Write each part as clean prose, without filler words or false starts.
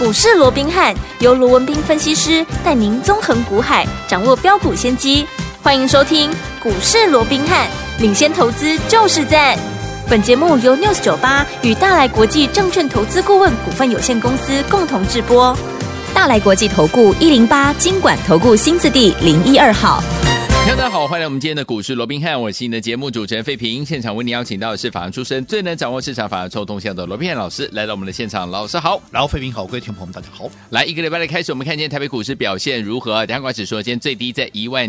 股市罗宾汉由罗文彬分析师带您纵横股海，掌握标股先机。欢迎收听股市罗宾汉，领先投资就是赞。本节目由 News98 与大来国际证券投资顾问股份有限公司共同制播。大来国际投顾108金管投顾新字第012号。 大家好，欢迎来我们今天的股市罗宾汉，我是你的节目主持人费平。现场为你邀请到的是法律出身、最能掌握市场法律臭动向的罗宾汉老师，来到我们的现场。老师好。 然后费平好，各位听众朋友们大家好。 来一个礼拜的开始，我们看今天台北股市表现如何？加权指数今天最低在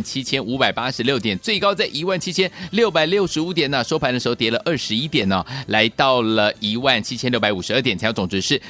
17586点，最高在17665点呢，收盘的时候跌了21点呢，来到了17652点，成交总值是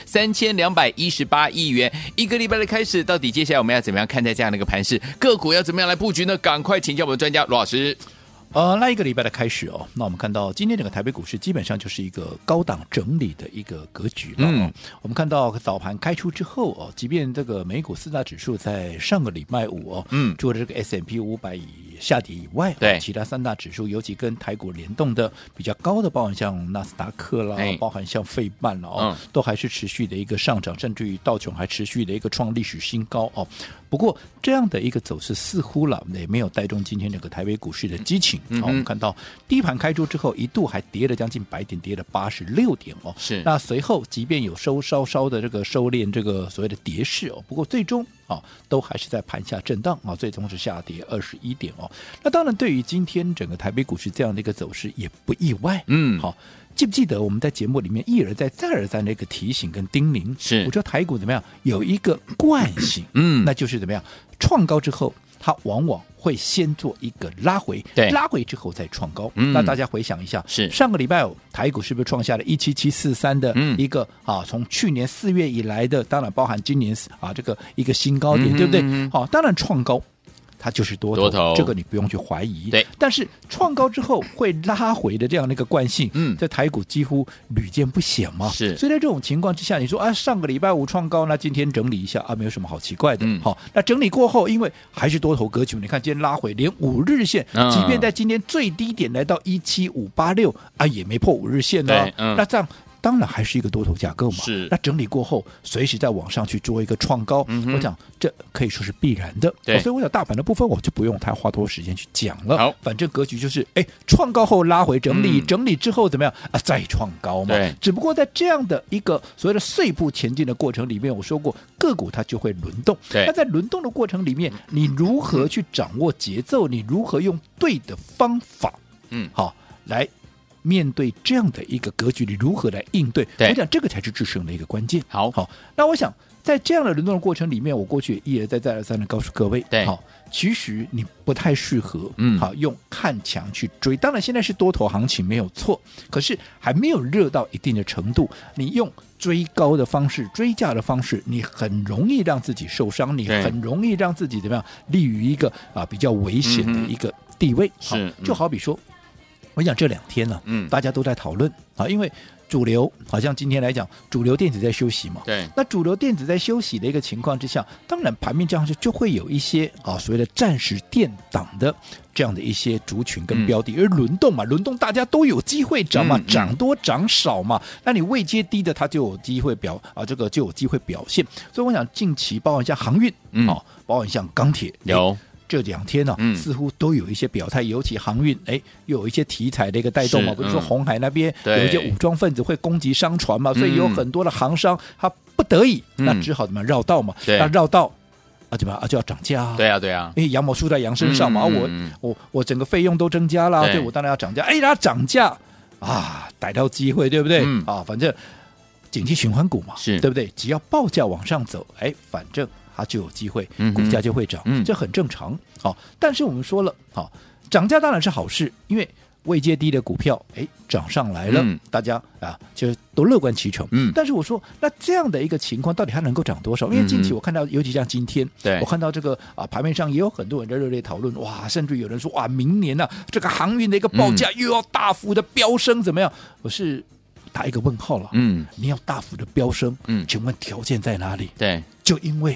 3218亿元。一个礼拜的开始，到底接下来我们要怎么样看待这样的一个盘势？个股要怎么样来布局呢？赶快请教我们的专家罗老师。 那一个礼拜的开始哦，那我们看到今天整个台北股市基本上就是一个高档整理的一个格局了。我们看到早盘开出之后哦，即便这个美股四大指数在上个礼拜五哦，除了这个 S&P 500下跌以外， 对其他三大指数，尤其跟台股联动的比较高的，包含像纳斯达克啦，包含像费半啦哦，都还是持续的一个上涨，甚至于道琼还持续的一个创历史新高哦。不过这样的一个走势似乎了也没有带动今天整个台北股市的激情。我们看到低盘开出之后，一度还跌了将近100点，跌了86点哦。 是。 那随后即便有稍稍的这个收敛这个所谓的跌势哦，不过最终都还是在盘下震荡啊，最终是下跌21点哦。那当然，对于今天整个台北股市这样的一个走势也不意外。好。记不记得我们在节目里面一而再再而三的一个提醒跟叮咛？ 是， 我说台股怎么样有一个惯性，那就是怎么样创高之后，它往往会先做一个拉回，拉回之后再创高。那大家回想一下， 是上个礼拜台股是不是创下了17743的一个从去年4月以来的，当然包含今年这个一个新高点，对不对？当然创高。它就是多头，这个你不用去怀疑。 对， 但是创高之后会拉回的这样的一个惯性，在台股几乎屡见不鲜嘛。 是， 所以在这种情况之下，你说上个礼拜五创高，那今天整理一下没有什么好奇怪的。好，那整理过后，因为还是多头格局，你看今天拉回，连5日线，即便在今天最低点来到17586也没破5日线呢。那这样。当然还是一个多头架构嘛， 是。 那整理过后，随时再往上去做一个创高，我想这可以说是必然的。 对， 所以我想大盘的部分我就不用太花多时间去讲了。 好， 反正格局就是创高后拉回整理，整理之后怎么样再创高嘛。 对。 只不过在这样的一个所谓的碎步前进的过程里面，我说过个股它就会轮动。 对。 那在轮动的过程里面，你如何去掌握节奏？你如何用对的方法？好来。面对这样的一个格局，你如何来应对？我想这个才是制胜的一个关键。好，那我想在这样的轮动的过程里面，我过去也一而再再而三的告诉各位，其实你不太适合用看强去追。当然现在是多头行情没有错，可是还没有热到一定的程度，你用追高的方式、追价的方式，你很容易让自己受伤，你很容易让自己怎么样立于一个比较危险的一个地位。 是， 就好比说。我想这2天呢，大家都在讨论因为主流好像今天来讲，主流电子在休息嘛。 对。 那主流电子在休息的一个情况之下，当然盘面这样就会有一些所谓的暂时垫档的这样的一些族群跟标的，而轮动嘛，轮动大家都有机会涨嘛，涨多涨少嘛，那你位阶低的它就有机会这个就有机会表现。所以我想近期包含像航运包含像钢铁有。 这2天呢，似乎都有一些表态，尤其航运，又有一些题材的一个带动嘛。比如说红海那边有一些武装分子会攻击商船嘛，所以有很多的航商他不得已，那只好怎么绕道嘛。那绕道怎么就要涨价对啊， 因为羊毛出在羊身上嘛。我整个费用都增加了，对我当然要涨价。它涨价逮到机会，对不对？反正景气循环股嘛，对不对？只要报价往上走，反正。它就有机会，股价就会涨，这很正常。但是我们说了，涨价当然是好事，因为位阶低的股票，涨上来了，大家就都乐观其成。但是我说，那这样的一个情况，到底它能够涨多少？因为近期我看到，尤其像今天，我看到这个盘面上也有很多人在热烈讨论，甚至有人说，明年这个航运的一个报价又要大幅的飙升，怎么样？我是打一个问号了。你要大幅的飙升，请问条件在哪里？ 对， 就因为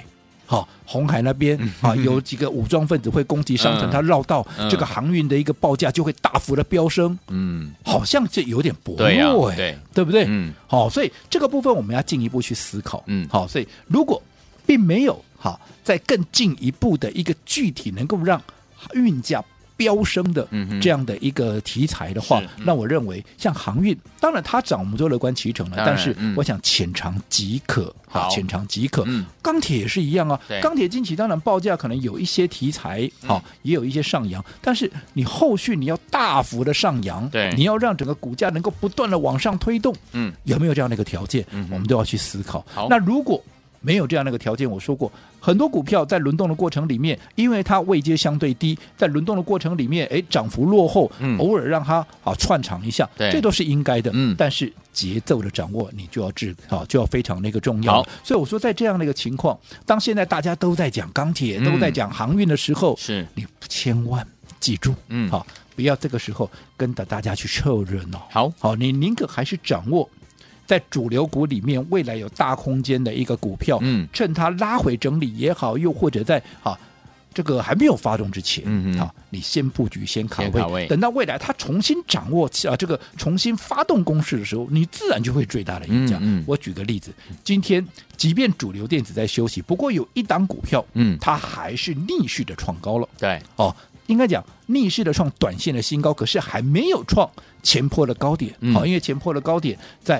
红海那边有几个武装分子会攻击商船，它绕道，这个航运的一个报价就会大幅的飙升，好像这有点薄弱，对不对？所以这个部分我们要进一步去思考，所以如果并没有再更进一步的一个具体能够让运价飙升的这样的一个题材的话，那我认为像航运，当然它涨我们就乐观其成了，但是我想浅尝即可，浅尝即可。钢铁也是一样啊，钢铁近期当然报价可能有一些题材，也有一些上扬，但是你后续你要大幅的上扬，你要让整个股价能够不断的往上推动，有没有这样的一个条件，我们都要去思考。那如果没有这样的一个条件，我说过很多股票在轮动的过程里面，因为它位阶相对低，在轮动的过程里面涨幅落后，偶尔让它串场一下，这都是应该的，但是节奏的掌握你就要非常那个重要。所以我说在这样的一个情况，当现在大家都在讲钢铁，都在讲航运的时候，你千万记住，不要这个时候跟着大家去凑热闹，好，你宁可还是掌握在主流股里面未来有大空间的一个股票，趁它拉回整理也好，又或者在这个还没有发动之前，你先布局，先卡位，等到未来它重新掌握这个重新发动攻势的时候，你自然就会最大的赢家。我举个例子，今天即便主流电子在休息，不过有一档股票，它还是逆势的创高了。 对， 应该讲逆势的创短线的新高，可是还没有创前波的高点，因为前波的高点在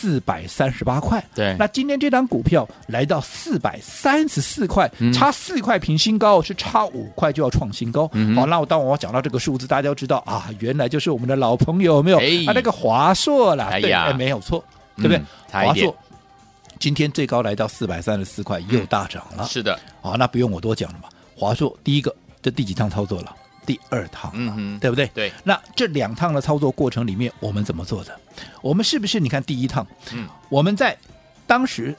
438块， 对， 那今天这档股票来到434块，差4块平新高，是差5块就要创新高。好，那当我讲到这个数字，大家都知道原来就是我们的老朋友，有没有？那个华硕啦，对，没有错，对不对？华硕今天最高来到434块，又大涨了。是的，那不用我多讲了嘛。华硕第一个，这第几趟操作了？第二趟了，对不对？对。那这2趟的操作过程里面，我们怎么做的？我们是不是你看第一趟，我们在当时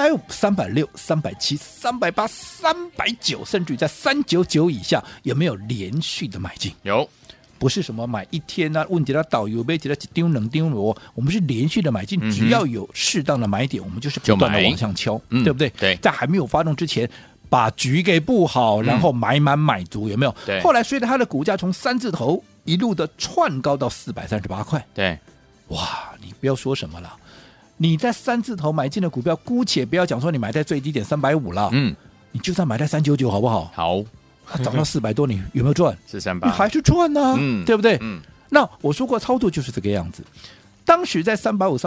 350、360、370、380、390，甚至于在399以下，有没有连续的买进？有。不是什么买一天啊，问题他导游被几丢冷丢我们是连续的买进，只要有适当的买点，我们就是不断的往上敲，对不对？对。在还没有发动之前，把局给布好，然后买满买足，有没有？对。后来随着它的股价从3字头一路的窜高到438块，对，哇，你不要说什么了，你在3字头买进的股票，姑且不要讲说你买在最低点350了，你就算买在399好不好？好，涨到400多，你有没有赚？438，你还是赚呢，对不对？那我说过操作就是这个样子。当时在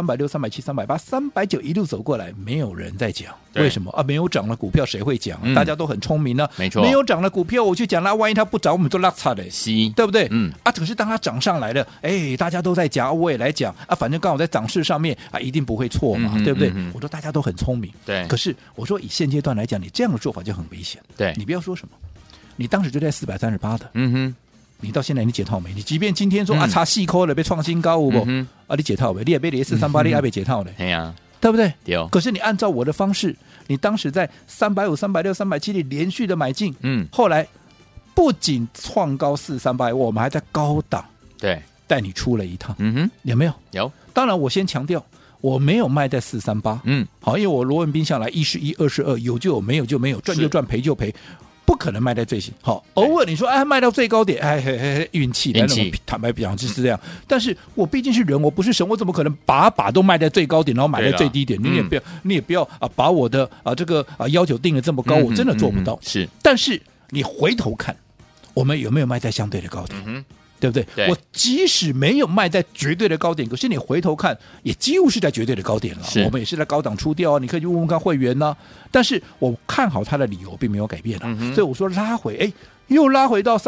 350、360、370、380、390一路走过来，没有人在讲，为什么啊？没有涨的股票谁会讲？大家都很聪明呢，没错。没有涨的股票我去讲，那万一它不涨，我们就拉差的，对不对？可是当它涨上来了，大家都在讲，我也来讲啊，反正刚好在涨势上面一定不会错嘛，对不对？我说大家都很聪明，对。可是我说以现阶段来讲，你这样的做法就很危险，对。你不要说什么，你当时就在438的，你到现在你解套没？你即便今天说差细抠了被创新高，不你解套没？你也被438，你也被解套了，对不对？可是你按照我的方式，你当时在350、360、370里连续的买进，后来不仅创高438，我们还在高档对带你出了一趟，有没有？有。当然我先强调，我没有卖在438，好，因为我罗文斌向来1是1，2是2，有就有，没有就没有，赚就赚，赔就赔。不可能卖在最新好，偶尔你说卖到最高点，运气，坦白讲就是这样。但是我毕竟是人，我不是神，我怎么可能把都卖在最高点，然后买在最低点？你也不要把我的这个要求定得这么高，我真的做不到。是，但是你回头看，我们有没有卖在相对的高点？对不对？我即使没有卖在绝对的高点，可是你回头看，也几乎是在绝对的高点了。我们也是在高档出掉，你可以去问问看会员呢。但是我看好它的理由并没有改变所以我说拉回，又拉回到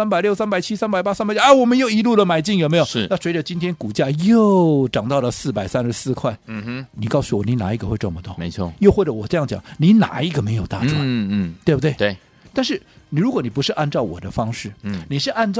350、360、370、380、390，我们又一路的买进，有没有？是。那随着今天股价又涨到了434块，你告诉我，你哪一个会赚不到？没错。又或者我这样讲，你哪一个没有大赚？对不对？对。但是如果你不是按照我的方式，你是按照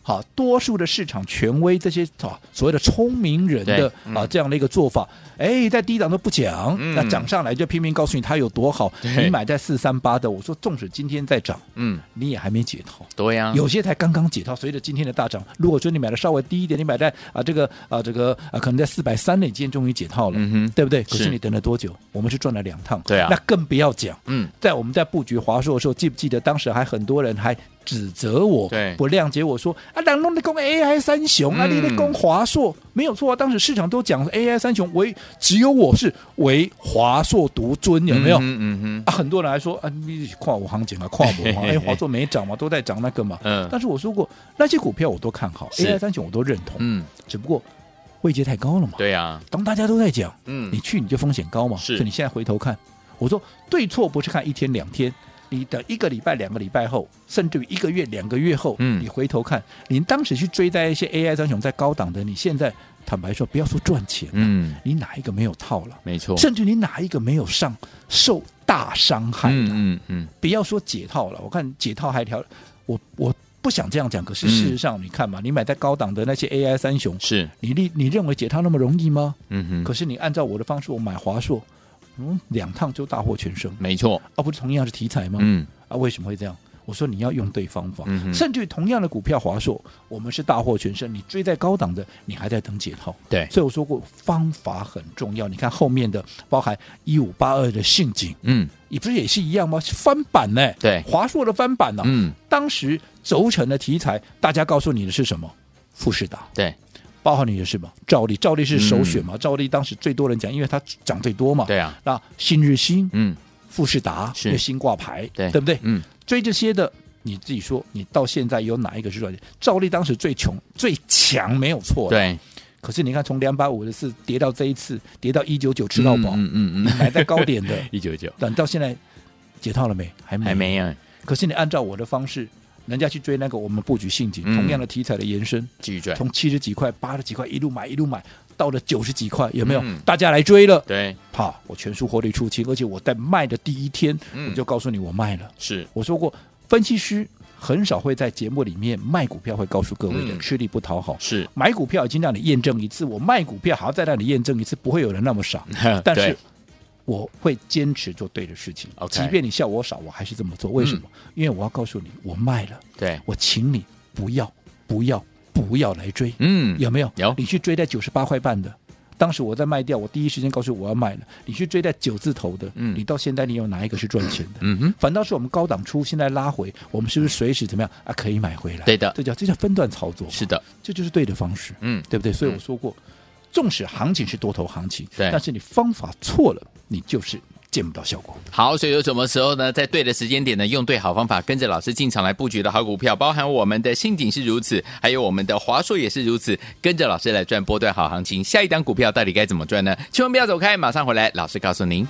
好，多数的市场权威这些所谓的聪明人的这样的一个做法，在低档都不讲，那涨上来就拼命告诉你它有多好。你买在438的，我说纵使今天在涨，你也还没解套。 对呀， 有些才刚刚解套，随着今天的大涨。如果说你买的稍微低一点，你买在这个可能在430的，今天终于解套了，对不对？可是你等了多久？我们是赚了2趟， 对啊， 那更不要讲。在我们在布局华硕的时候，记不记得当时还很多人还指责我，不谅解我说人都在讲 AI 三雄啊，你在讲华硕没有错啊。当时市场都讲 AI 三雄，只有我是唯华硕独尊，有没有？很多人还说你跨我行情啊，跨我华硕没涨嘛，都在涨那个嘛。但是我说过那些股票我都看好，AI 三雄我都认同，只不过位阶太高了嘛。 对啊， 当大家都在讲，你去你就风险高嘛。所以你现在回头看，我说对错不是看1天2天。你等1个礼拜2个礼拜后，甚至于1个月2个月后，你回头看，你当时去追在一些 AI 三雄在高档的，你现在坦白说，不要说赚钱，你哪一个没有套了？ 没错， 甚至你哪一个没有受大伤害的？不要说解套了，我看解套还条，我不想这样讲，可是事实上你看嘛，你买在高档的那些 AI 三雄，是你认为解套那么容易吗？可是你按照我的方式，我买华硕。2趟就大获全胜， 没错， 不是同样是题材吗？为什么会这样？我说你要用对方法，甚至于同样的股票华硕，我们是大获全胜，你追在高档的，你还在等解套。 对， 所以我说过方法很重要。你看后面的，包含1582的信景，你不是也是一样吗？翻版呢？ 对， 华硕的翻版呢？当时轴承的题材，大家告诉你的是什么？富士达。 对。 包含你的是吗？兆利是首选嘛？兆利当时最多人讲，因为它涨最多嘛。 对啊。 那新日新，富士达是新挂牌，对不对？追这些的，你自己说，你到现在有哪一个是赚钱？兆利当时最强没有错，对。可是你看，从254跌到这一次，跌到199吃到饱，买在高点的 199， 等到现在解套了没？还没啊。可是你按照我的方式。人家去追那个我们布局信景，同样的题材的延伸，继续追，从70几块、80几块一路买，到了90几块，有没有？大家来追了， 对， 我全数获利出清，而且我在卖的第一天，我就告诉你我卖了。 是， 我说过，分析师很少会在节目里面卖股票，会告诉各位的，吃力不讨好。 是， 买股票已经让你验证一次，我卖股票还要再让你验证一次，不会有人那么傻。但是我会坚持做对的事情，即便你笑我傻，我还是这么做。为什么？因为我要告诉你，我卖了。 对， 我请你不要来追。有没有？ 有。 你去追在98块半的，当时我在卖掉，我第一时间告诉我要卖了。你去追在9字头的，你到现在你有哪一个是赚钱的？反倒是我们高档出，现在拉回，我们是不是随时怎么样可以买回来？ 对的， 这叫分段操作。 是的， 这就是对的方式。对不对？所以我说过。纵使行情是多头行情，但是你方法错了，你就是见不到效果。 好，所以有什么时候呢，在对的时间点呢，用对好方法，跟着老师进场来布局的好股票，包含我们的信景是如此，还有我们的华硕也是如此，跟着老师来赚波段好行情。下一档股票到底该怎么赚呢？千万不要走开，马上回来，老师告诉您。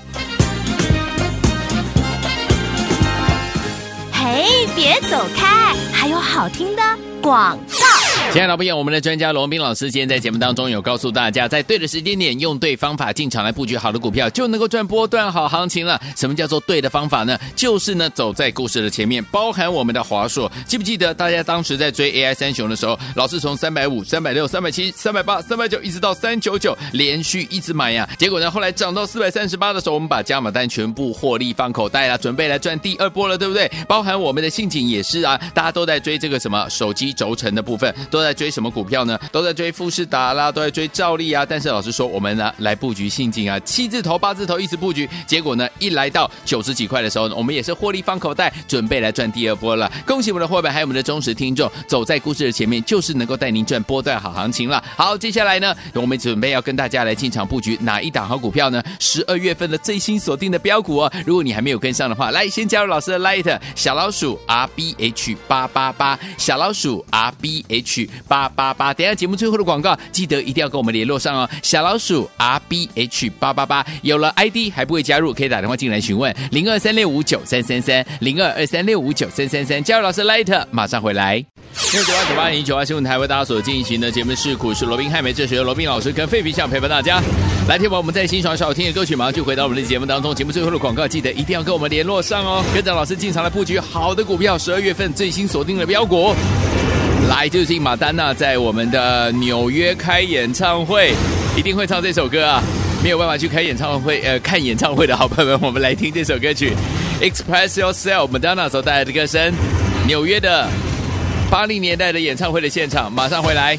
嘿，别走开，还有好听的广告。 亲爱的朋友，我们的专家罗文彬老师今天在节目当中有告诉大家，在对的时间点用对方法进场来布局好的股票，就能够赚波段好行情了。什么叫做对的方法呢？就是呢走在故事的前面，包含我们的华硕。记不记得大家当时在追 AI 三雄的时候，老师从350、360、370、380、390一直到399，连续一直买呀。结果呢，后来涨到438的时候，我们把加码单全部获利放口袋了，准备来赚第二波了，对不对？包含我们的信景也是啊，大家都在追这个什么手机轴承的部分。都在追什么股票呢？都在追富士达啦，都在追兆利啊。但是老师说，我们呢来布局信景啊，7字头、8字头一直布局，结果呢一来到90几块的时候呢，我们也是获利放口袋，准备来赚第二波了。恭喜我们的伙伴，还有我们的忠实听众，走在故事的前面，就是能够带您赚波段好行情了。好，接下来呢，我们准备要跟大家来进场布局哪一档好股票呢？12月份的最新锁定的标股哦。如果你还没有跟上的话，来先加入老师的 Light 小老鼠 RBH888 小老鼠 RBH888，等一下节目最后的广告，记得一定要跟我们联络上哦。小老鼠 RBH888，有了 ID 还不会加入，可以打电话进来询问0236593333 0223659333，加入老师 Light， 马上回来。698-981-985新闻台为大家所进行的节目是股市罗宾汉美，这时由罗宾老师跟费皮相陪伴大家。来，听完我们在欣赏好听的歌曲，马上就回到我们的节目当中。节目最后的广告，记得一定要跟我们联络上哦。跟着老师进场来布局好的股票，12月份最新锁定的标股。 来，就是马丹娜在我们的纽约开演唱会，一定会唱这首歌啊！没有办法去开演唱会，看演唱会的好朋友们，我们来听这首歌曲《Express Yourself》，马丹娜所带来的歌声，纽约的80年代的演唱会的现场，马上回来。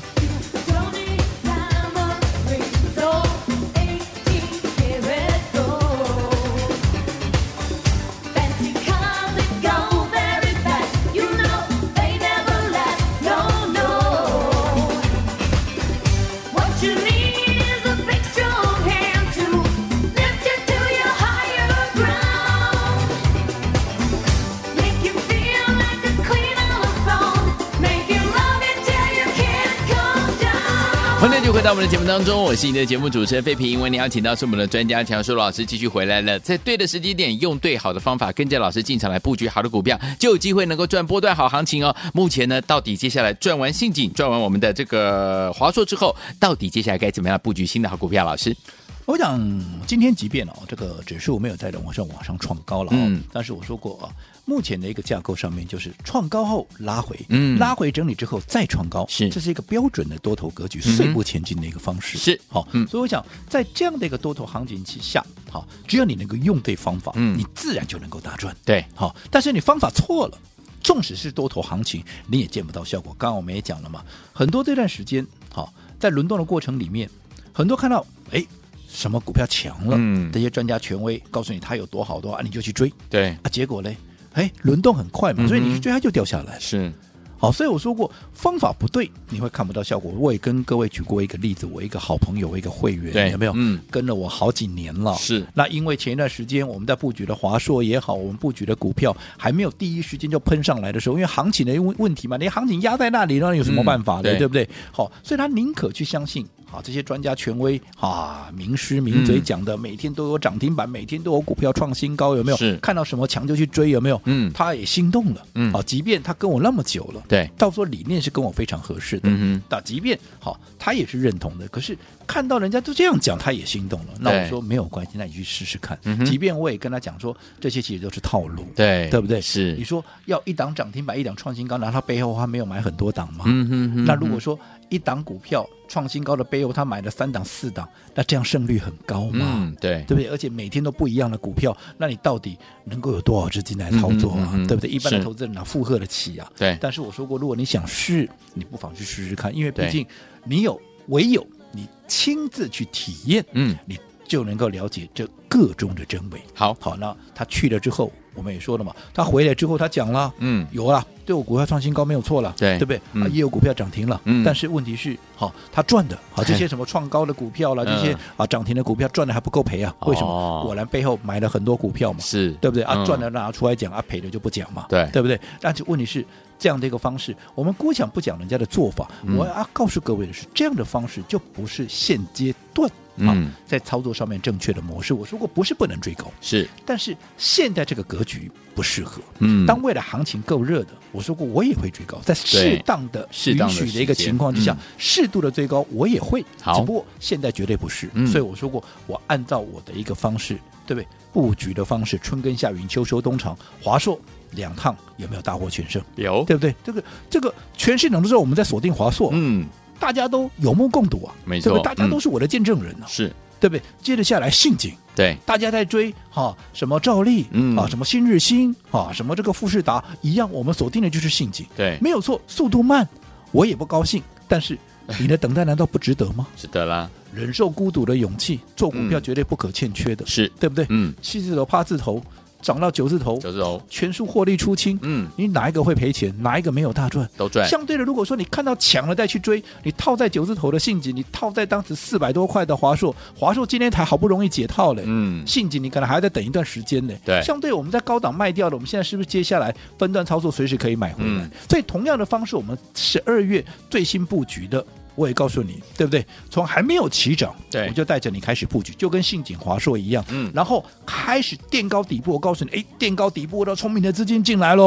欢迎就回到我们的节目当中，我是你的节目主持人费平。为你邀请到是我们的专家强叔老师继续回来了，在对的时间点，用对好的方法，跟着老师进场来布局好的股票，就有机会能够赚波段好行情哦。目前呢，到底接下来赚完信锦，赚完我们的这个华硕之后，到底接下来该怎么样布局新的好股票？老师， 我讲今天即便这个指数没有在往上创高了但是我说过目前的一个架构上面就是创高后拉回，拉回整理之后再创高，这是一个标准的多头格局，碎步前进的一个方式。 是好，所以我想在这样的一个多头行情之下，好，只要你能够用对方法，你自然就能够大赚。 对， 好，但是你方法错了，纵使是多头行情，你也见不到效果。刚刚我们也讲了嘛，很多这段时间，好，在轮动的过程里面，很多看到什么股票强了，这些专家权威告诉你它有多好多你就去追， 对结果嘞，轮动很快嘛，所以你去追它就掉下来， 是。 好，所以我说过方法不对你会看不到效果。我也跟各位举过一个例子，我一个好朋友，我一个会员，有没有跟了我好几年了， 是。 那因为前一段时间我们在布局的华硕也好，我们布局的股票还没有第一时间就喷上来的时候，因为行情的问题嘛，你行情压在那里，那有什么办法的，对不对？好，所以他宁可去相信这些专家权威名师名嘴讲的，每天都有涨停板，每天都有股票创新高，有没有？ 是。 看到什么强就去追，有没有？他也心动了，即便他跟我那么久了， 对， 到时候理念是跟我非常合适的，即便他也是认同的，可是看到人家都这样讲，他也心动了。那我说没有关系，那你去试试看。即便我也跟他讲说，这些其实都是套路，对不对？ 是。 你说要一档涨停板，一档创新高，然后他背后他没有买很多档吗？那如果说一档股票创新高的背后，他买了3档4档，那这样胜率很高嘛？对不对？而且每天都不一样的股票，那你到底能够有多少资金来操作啊？对不对？一般的投资人哪负荷得起啊？ 对。 但是我说过，如果你想试，你不妨去试试看，因为毕竟唯有你亲自去体验，你就能够了解这个中的真伪。好，那他去了之后，我们也说了嘛，他回来之后他讲了，有啦，对我股票创新高没有错了，对不对？也有股票涨停了，但是问题是，他赚的这些什么创高的股票啦，这些涨停的股票赚的还不够赔啊？为什么？果然背后买了很多股票嘛，是对不对赚的拿出来讲赔的就不讲嘛，对不对？但是问题是这样的一个方式，我们姑且不讲人家的做法，我要告诉各位的是，这样的方式就不是现阶段在操作上面正确的模式。我说过不是不能追高，是，但是现在这个格局不适合。当未来行情够热的，我说过我也会追高，在适当的允许的一个情况之下，适度的追高我也会，只不过现在绝对不是。所以我说过，我按照我的一个方式，对不对？布局的方式，春耕夏耘秋收冬藏，华硕2趟有没有大获全胜？有，对不对？这个全市场都知道我们在锁定华硕，大家都有目共睹啊，没错，对不对？大家都是我的见证人啊，是，对不对？接着下来信锦，对，大家在追什么兆利什么新日新什么这个富士达一样，我们锁定的就是信锦，对，没有错，速度慢我也不高兴，但是你的等待难道不值得吗？值得啦，忍受孤独的勇气，做股票绝对不可欠缺的，是对不对？7字头8字头涨到9字头，全数获利出清，你哪一个会赔钱？哪一个没有大赚？都赚。相对的，如果说你看到强了再去追，你套在9字头的信锦，你套在当时400多块的华硕今天才好不容易解套了，信锦你可能还要再等一段时间呢。对，相对我们在高档卖掉的，我们现在是不是接下来分段操作随时可以买回来？所以同样的方式，我们12月最新布局的。我也告诉你，对不对？从还没有起涨，我就带着你开始布局，就跟信锦华硕一样，然后开始垫高底部。我告诉你，垫高底部的聪明的资金进来喽，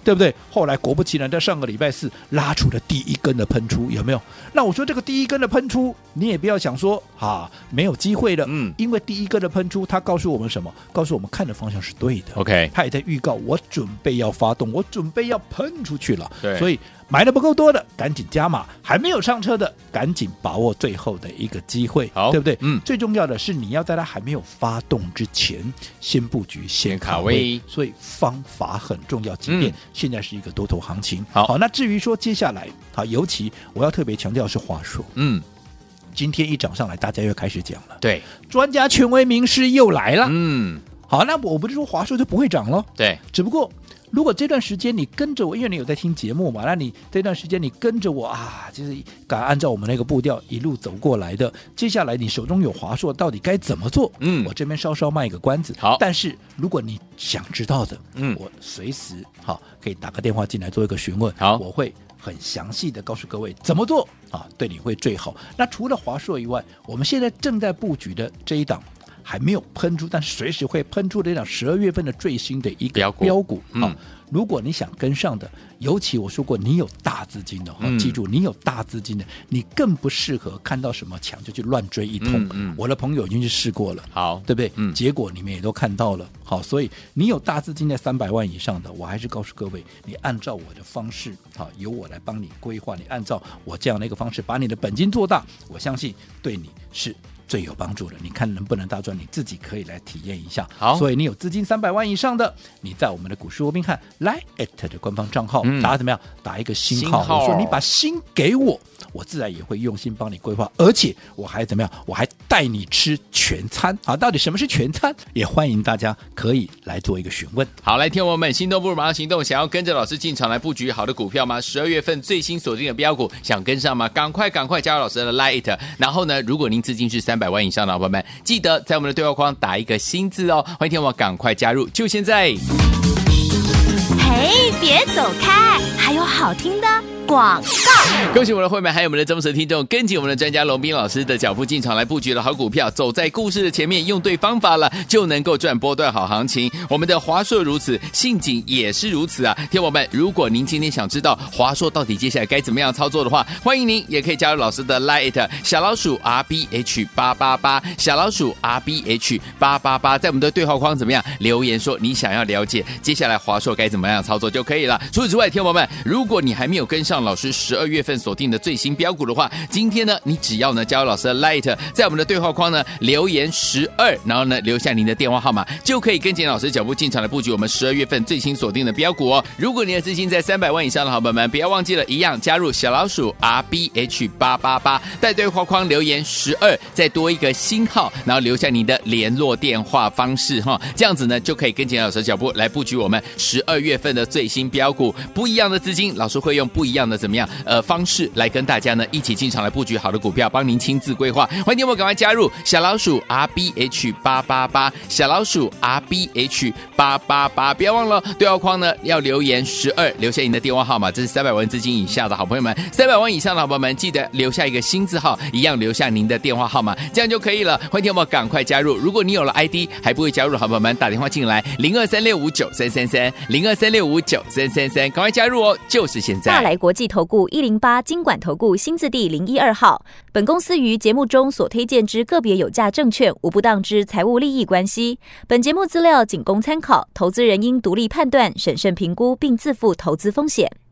对不对？后来果不其然，在上个礼拜四拉出了第一根的喷出，有没有？那我说这个第一根的喷出，你也不要想说没有机会了，因为第一根的喷出，它告诉我们什么？告诉我们看的方向是对的。 OK， 它也在预告我准备要发动，我准备要喷出去了。 对， 所以买的不够多的赶紧加码，还没有上车的赶紧把握最后的一个机会，对不对？最重要的是你要在它还没有发动之前先布局，先卡位，所以方法很重要。即便现在是一个多头行情，好，那至于说接下来，好，尤其我要特别强调的是华硕，今天一涨上来，大家又开始讲了， 对， 专家权威名师又来了，好，那我不是说华硕就不会涨了， 对， 只不过如果这段时间你跟着我，因为你有在听节目嘛，那你这段时间你跟着我就是敢按照我们那个步调一路走过来的，接下来你手中有华硕，到底该怎么做？我这边稍稍卖一个关子。 好， 但是如果你想知道的，我随时可以打个电话进来做一个询问，好，我会很详细的告诉各位怎么做对你会最好。那除了华硕以外，我们现在正在布局的这一档还没有喷出，但随时会喷出的一档12月份的最新的一个标股如果你想跟上的，尤其我说过你有大资金的记住你有大资金的，你更不适合看到什么强就去乱追一通。我的朋友已经去试过了，好，对不对？结果你们也都看到了。好，所以你有大资金的300万以上的，我还是告诉各位，你按照我的方式，由我来帮你规划，你按照我这样的一个方式把你的本金做大，我相信对你是最有帮助的。你看能不能大赚，你自己可以来体验一下。好，所以你有资金300万以上的，你在我们的股市罗宾汉来 at 的官方账号打怎么样？打一个星号。我说你把心给我，我自然也会用心帮你规划，而且我还怎么样？我还带你吃全餐。好，到底什么是全餐？也欢迎大家可以来做一个询问。 好，来听我们心动不如马上行动，想要跟着老师进场来布局好的股票吗？12月份最新锁定的标股，想跟上吗？赶快加入老师的 Lite。然后呢，如果您资金是300万以上的伙伴们，记得在我们的对话框打一个新字哦。欢迎听我赶快加入，就现在。 嘿，别走开，还有好听的广告。 恭喜我们的会员还有我们的忠实听众，跟紧我们的专家龙斌老师的脚步进场来布局了好股票，走在故事的前面，用对方法了就能够赚波段好行情。我们的华硕如此，信锦也是如此啊！听友们，如果您今天想知道华硕到底接下来该怎么样操作的话，欢迎您也可以加入老师的 Lite 小老鼠 RBH888 小老鼠 RBH888， 在我们的对话框怎么样留言说你想要了解接下来华硕该怎么样操作就可以了。除此之外，听友们，如果你还没有跟上老师12月份锁定的最新标股的话，今天呢，你只要呢加入老师的 Lite， 在我们的对话框呢留言12，然后呢留下您的电话号码，就可以跟紧老师脚步进场来布局我们12月份最新锁定的标股哦。如果你的资金在300万以上的好朋友们，不要忘记了，一样加入小老鼠 RBH888， 在对话框留言12，再多一个星号，然后留下您的联络电话方式哈，这样子呢就可以跟紧老师的脚步来布局我们12月份的最新标股。不一样的资金，老师会用不一样的怎么样方式来跟大家呢一起进场来布局好的股票，帮您亲自规划。欢迎你们赶快加入小老鼠 RBH888， 小老鼠 RBH888， 不要忘了对话框呢要留言12，留下你的电话号码，这是300万资金以下的好朋友们，300万以上的好朋友们记得留下一个新字号，一样留下您的电话号码，这样就可以了。欢迎你们赶快加入。如果你有了 ID 还不会加入的好朋友们，打电话进来0236593333 0236593333，赶快加入哦，就是现在。 大来国际投顾108金管投顾新字第012号。本公司于节目中所推荐之个别有价证券，无不当之财务利益关系。本节目资料仅供参考，投资人应独立判断、审慎评估，并自负投资风险。